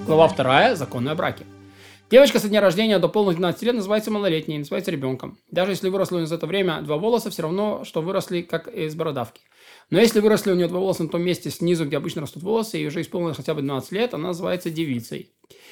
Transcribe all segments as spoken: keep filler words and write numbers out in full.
Глава вторая. Законы о браке. Девочка со дня рождения до полных двенадцати лет называется малолетней, называется ребенком. Даже если выросло у нее за это время два волоса, все равно, что выросли как из бородавки. Но если выросли у нее два волоса на том месте снизу, где обычно растут волосы, и уже исполнилось хотя бы двенадцать лет, она называется девицей.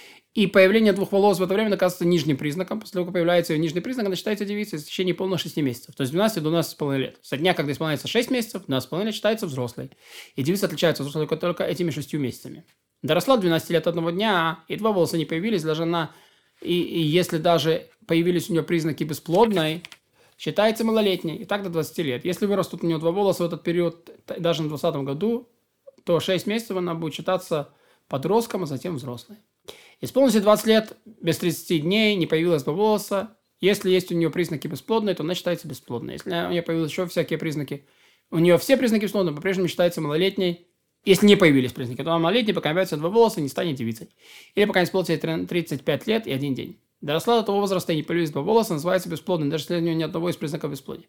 И появление двух волос в это время оказывается нижним признаком. После того, как появляется ее нижний признак, она считается девицей в течение полных шести месяцев. То есть двенадцать до двенадцати с половиной лет. Со дня, когда исполняется шесть месяцев, двенадцать с половиной лет считается взрослой. И девица отличается от взрослой только, только этими шестью месяцами. Доросла до двенадцати лет одного дня, и два волоса не появились, даже она... И, и если даже появились у нее признаки бесплодной, считается малолетней. И так до двадцати лет. Если вырастут у нее два волоса в этот период, даже на двадцатом году, то шесть месяцев она будет считаться подростком, а затем взрослой. Исполнилось двадцать лет, без тридцати дней, не появилось два волоса. Если есть у нее признаки бесплодные, то она считается бесплодной. Если у нее появились еще всякие признаки, у нее все признаки бесплодные, по-прежнему считается малолетней. Если не появились признаки, то она малолетняя, пока появятся два волоса, не станет девицей. Или пока не исполнится тридцать пять лет и один день. Доросла до того возраста и не появились два волоса, называется бесплодной, даже если у нее ни одного из признаков бесплодия.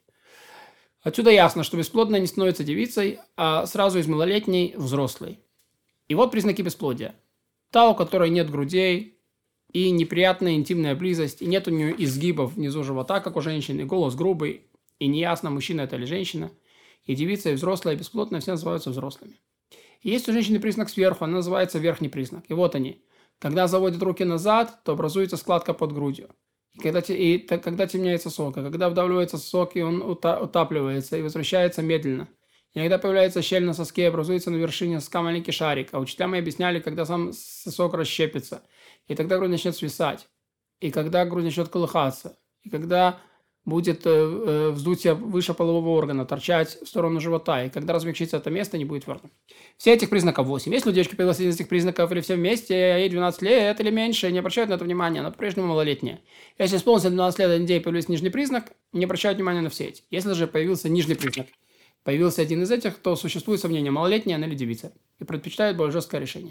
Отсюда ясно, что бесплодная не становится девицей, а сразу из малолетней взрослой. И вот признаки бесплодия. Та, у которой нет грудей, и неприятная интимная близость, и нет у нее изгибов внизу живота, как у женщины, и голос грубый, и неясно, мужчина это или женщина, и девица, и взрослая, и бесплодная, все называются взрослыми. И есть у женщины признак сверху, она называется верхний признак. И вот они. Когда заводят руки назад, то образуется складка под грудью. И когда, и, когда темняется сок, а когда вдавливается сок, и он утапливается, и возвращается медленно. Иногда появляется щель на соске, образуется на вершине соска маленький шарик. А учителя мои объясняли, когда сам сосок расщепится. И тогда грудь начнет свисать. И когда грудь начнет колыхаться. И когда будет э, вздутие выше полового органа, торчать в сторону живота. И когда размягчится это место, не будет твердым. Все этих признаков восемь. Если у девочки появился один из этих признаков, или все вместе, ей двенадцать лет или меньше, не обращают на это внимания, она по-прежнему малолетняя. Если исполнился двенадцать лет, один день появился нижний признак, не обращают внимания на все эти. Если же появился нижний признак, появился один из этих, то существует сомнение, малолетняя она или девица. И предпочитают более жесткое решение.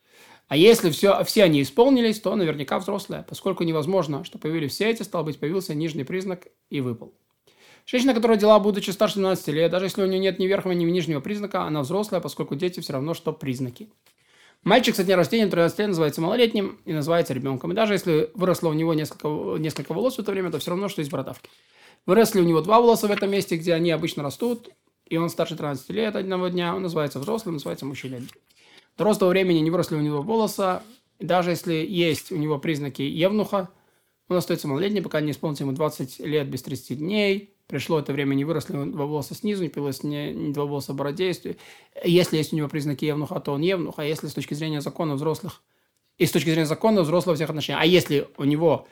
А если все, все они исполнились, то наверняка взрослая, поскольку невозможно, что появились все эти, стало быть, появился нижний признак и выпал. Женщина, которая родила, будучи старше двенадцати лет, даже если у нее нет ни верхнего, ни нижнего признака, она взрослая, поскольку дети все равно, что признаки. Мальчик со дня рождения тринадцати лет называется малолетним и называется ребенком. И даже если выросло у него несколько, несколько волос в это время, то все равно, что из бородавки. Выросли у него два волоса в этом месте, где они обычно растут, и он старше тринадцати лет одного дня, он называется взрослым, называется мужчиной. До роста времени не выросли у него волоса, и даже если есть у него признаки евнуха, он остается малолетним, пока не исполнится ему двадцать лет без тридцати дней. Пришло это время, не выросли два волоса снизу, не появилось ни, ни два волоса в бороде. Если есть у него признаки евнуха, то он евнух, а если с точки зрения закона взрослых, и с точки зрения закона взрослого во всех отношениях, а если у него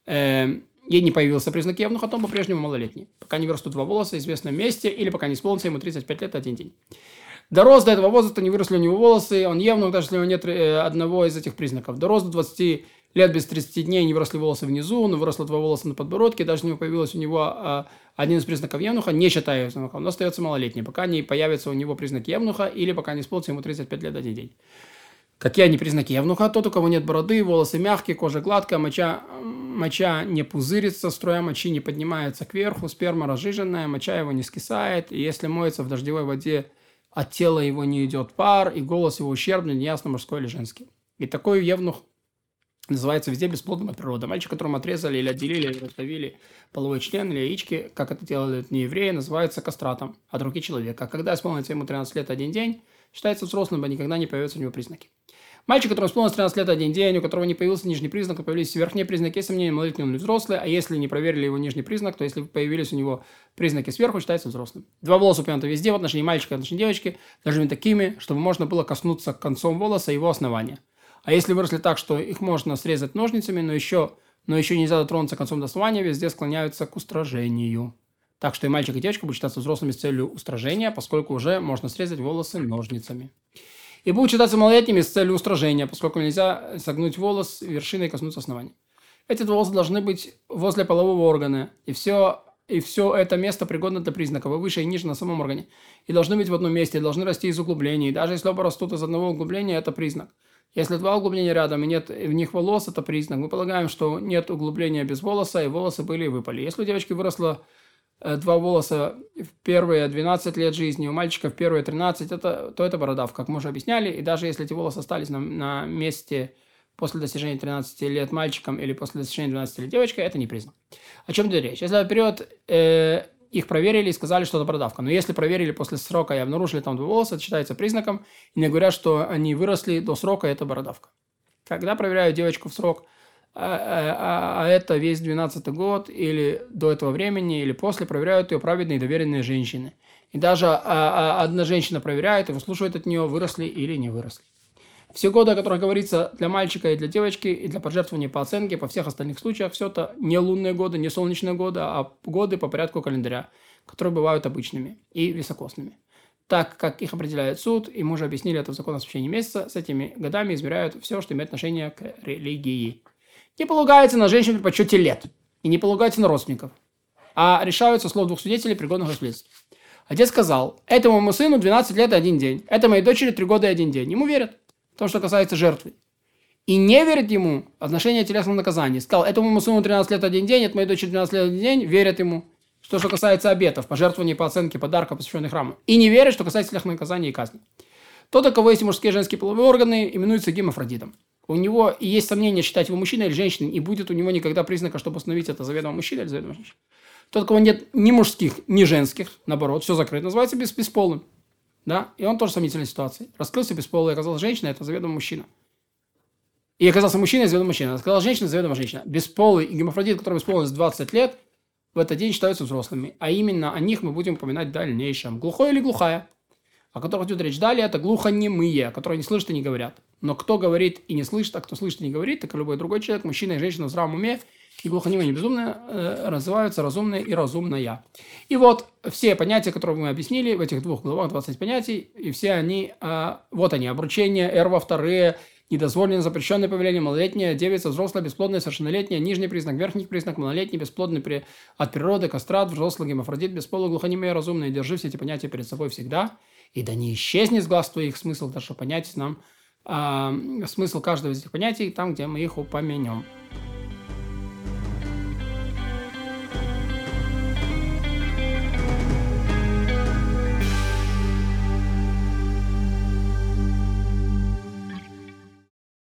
э, не появился признак евнуха, то он по-прежнему малолетний, пока не вырастут два волоса в известном месте, или пока не исполнится ему тридцать пять лет один день. Дорос до этого возраста, не выросли у него волосы, он евнух, даже если у него нет одного из этих признаков. Дорос до двадцати лет без тридцати дней, не выросли волосы внизу, но выросло два волоса на подбородке, даже не появилось у него а, один из признаков евнуха, не считая евнуха, он остается малолетним, пока не появится у него признак евнуха или пока не исполнится ему тридцать пять лет один день. Какие они признаки евнуха? Тот, у кого нет бороды, волосы мягкие, кожа гладкая, моча, моча не пузырится, струя мочи не поднимается кверху, сперма разжиженная, моча его не скисает, и если моется в дождевой воде, от тела его не идет пар, и голос его ущербный, неясно, мужской или женский. И такой евнух называется везде бесплодным от природы. Мальчик, которому отрезали или отделили, или раздавили половой член или яички, как это делали не евреи, называется кастратом от руки человека. А когда исполнится ему тринадцать лет один день, считается взрослым, а никогда не появятся у него признаки. Мальчик, которому исполнилось тринадцать лет один день, у которого не появился нижний признак, а появились верхние признаки, есть сомнения, малолетний он или взрослый, а если не проверили его нижний признак, то если появились у него признаки сверху, считается взрослым. Два волоса упомянуты везде в отношении мальчика и в отношении девочки, должны быть такими, чтобы можно было коснуться концом волоса его основания. А если выросли так, что их можно срезать ножницами, но еще, но еще нельзя дотронуться концом до основания, везде склоняются к устражению. Так что и мальчик, и девочка будут считаться взрослыми с целью устражения, поскольку уже можно срезать волосы ножницами. И будут считаться малолетними с целью устражения, поскольку нельзя согнуть волос вершиной и коснуться основания. Эти волосы должны быть возле полового органа, и все, и все это место пригодно для признаков, и выше, и ниже на самом органе. И должны быть в одном месте, и должны расти из углублений. И даже если оба растут из одного углубления, это признак. Если два углубления рядом, и нет в них волос, это признак. Мы полагаем, что нет углубления без волоса, и волосы были и выпали. Если у девочки выросло два волоса в первые двенадцать лет жизни, у мальчика в первые тринадцать, это, то это бородавка, как мы уже объясняли. И даже если эти волосы остались на, на месте после достижения тринадцати лет мальчиком или после достижения двенадцати лет девочкой, это не признак. О чем идет речь? Если вперед э, их проверили и сказали, что это бородавка, но если проверили после срока и обнаружили там два волоса, это считается признаком, и не говорят, что они выросли до срока, это бородавка. Когда проверяют девочку в срок, а, а, а это весь двенадцатый год, или до этого времени, или после, проверяют ее праведные и доверенные женщины. И даже а, а, одна женщина проверяет и выслушивает от нее, выросли или не выросли. Все годы, о которых говорится для мальчика и для девочки, и для пожертвования по оценке, по всех остальных случаях, все это не лунные годы, не солнечные годы, а годы по порядку календаря, которые бывают обычными и високосными. Так как их определяет суд, и мы уже объяснили это в законе о освящении месяца, с этими годами измеряют все, что имеет отношение к религии. Не полагается на женщин при подсчете лет, и не полагается на родственников, а решаются слов двух свидетелей пригодных свидетельств. Отец сказал: этому моему сыну двенадцать лет и один день, это моей дочери три года и один день. Ему верят. То, что касается жертвы. И не верят ему отношение телесного наказания. Сказал: этому моему сыну тринадцать лет один день, это моей дочери двенадцать лет один день, верят ему. Что, что касается обетов, пожертвований по оценке, подарков, посвященных храму. И не верят, что касается телесного наказания и казни. Тот, у кого есть мужские и женские половые органы, именуется гемафродитом. У него и есть сомнение, считать его мужчиной или женщиной, и будет у него никогда признака, чтобы установить, это заведомо мужчина или заведомо женщина. Тот, у кого нет ни мужских, ни женских, наоборот, все закрыто, называется бес- бесполым. Да? И он тоже в сомнительной ситуации. Раскрылся бесполый, оказалась женщина, это заведомо мужчина. И оказался мужчина, заведомо мужчина. Оказалась женщина, заведомо женщина. Бесполый и гемафродит, который исполнилось двадцать лет, в этот день считаются взрослыми. А именно о них мы будем упоминать в дальнейшем. Глухой или глухая, о которых идет речь далее, это глухонемые, которые не слышат и не говорят. Но кто говорит и не слышит, а кто слышит и не говорит, так и любой другой человек, мужчина и женщина в здравом уме, и глухонемые, не безумные, э, развиваются разумные и разумная. И вот все понятия, которые мы объяснили в этих двух главах, двадцать понятий, и все они, э, вот они, обручение, эрва, вторые, недозволенное, запрещенное повеление, малолетняя, девица, взрослая, бесплодная, совершеннолетняя, нижний признак, верхний признак, малолетний, бесплодный при... от природы, кастрат, взрослый, гемафродит, бесполый, глухонемые, разумные. Держи все эти понятия перед собой всегда, и да не исчезнет с глаз твоих смысл, даже понять нам э, смысл каждого из этих понятий там, где мы их упомянем.